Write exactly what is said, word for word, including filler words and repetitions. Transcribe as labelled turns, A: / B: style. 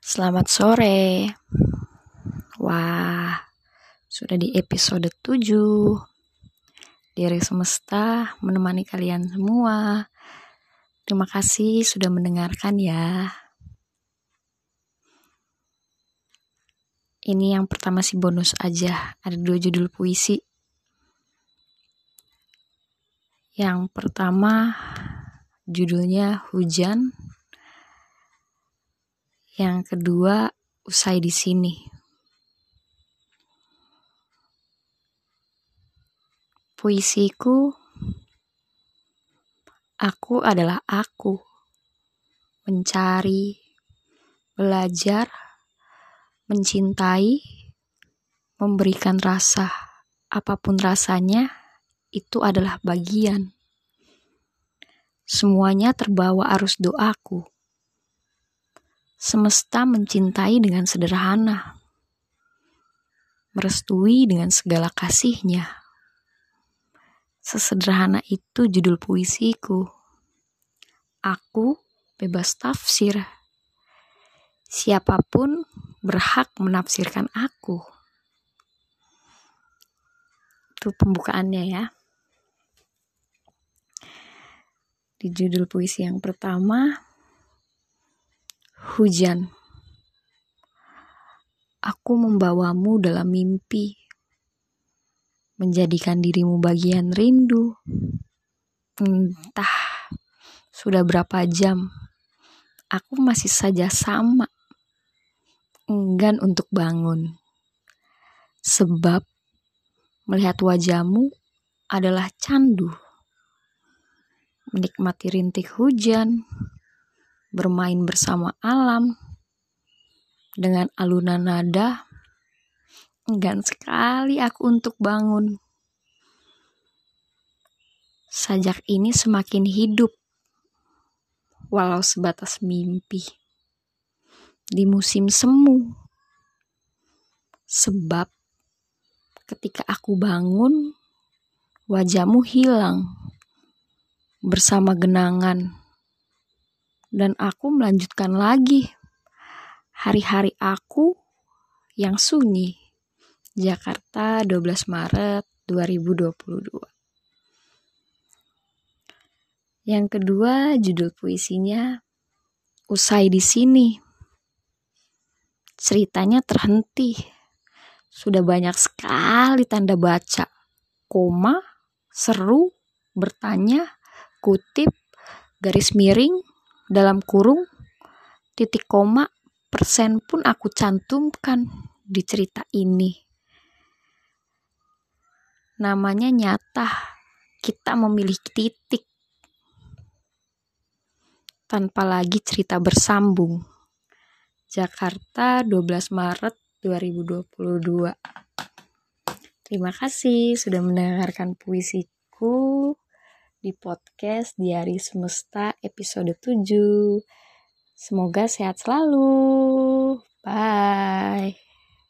A: Selamat sore. Wah, sudah di episode tujuh. Diri semesta menemani kalian semua. Terima kasih sudah mendengarkan ya. Ini yang pertama sih bonus aja. Ada dua judul puisi. Yang pertama judulnya Hujan. Yang kedua Usai di Sini. Puisiku, aku adalah aku. Mencari, belajar, mencintai, memberikan rasa. Apapun rasanya, itu adalah bagian. Semuanya terbawa arus doaku. Semesta mencintai dengan sederhana. Merestui dengan segala kasihnya. Sesederhana itu judul puisiku. Aku bebas tafsir. Siapapun berhak menafsirkan aku. Itu pembukaannya ya. Di judul puisi yang pertama, Hujan. Aku membawamu dalam mimpi. Menjadikan dirimu bagian rindu. Entah sudah berapa jam. Aku masih saja sama. Enggan untuk bangun. Sebab melihat wajahmu adalah candu. Menikmati rintik hujan, bermain bersama alam, dengan alunan nada, enggan sekali aku untuk bangun. Sajak ini semakin hidup, walau sebatas mimpi, di musim semu. Sebab ketika aku bangun, wajahmu hilang, bersama genangan. Dan aku melanjutkan lagi hari-hari aku yang sunyi. Jakarta, dua belas Maret dua ribu dua puluh dua. Yang kedua, judul puisinya Usai di Sini. Ceritanya terhenti. Sudah banyak sekali tanda baca. Koma, seru, bertanya, kutip, garis miring, dalam kurung, titik koma, persen pun aku cantumkan di cerita ini. Namanya nyata, kita memilih titik. Tanpa lagi cerita bersambung. Jakarta, dua belas Maret dua ribu dua puluh dua. Terima kasih sudah mendengarkan puisiku di podcast Diari Semesta episode tujuh. Semoga sehat selalu. Bye.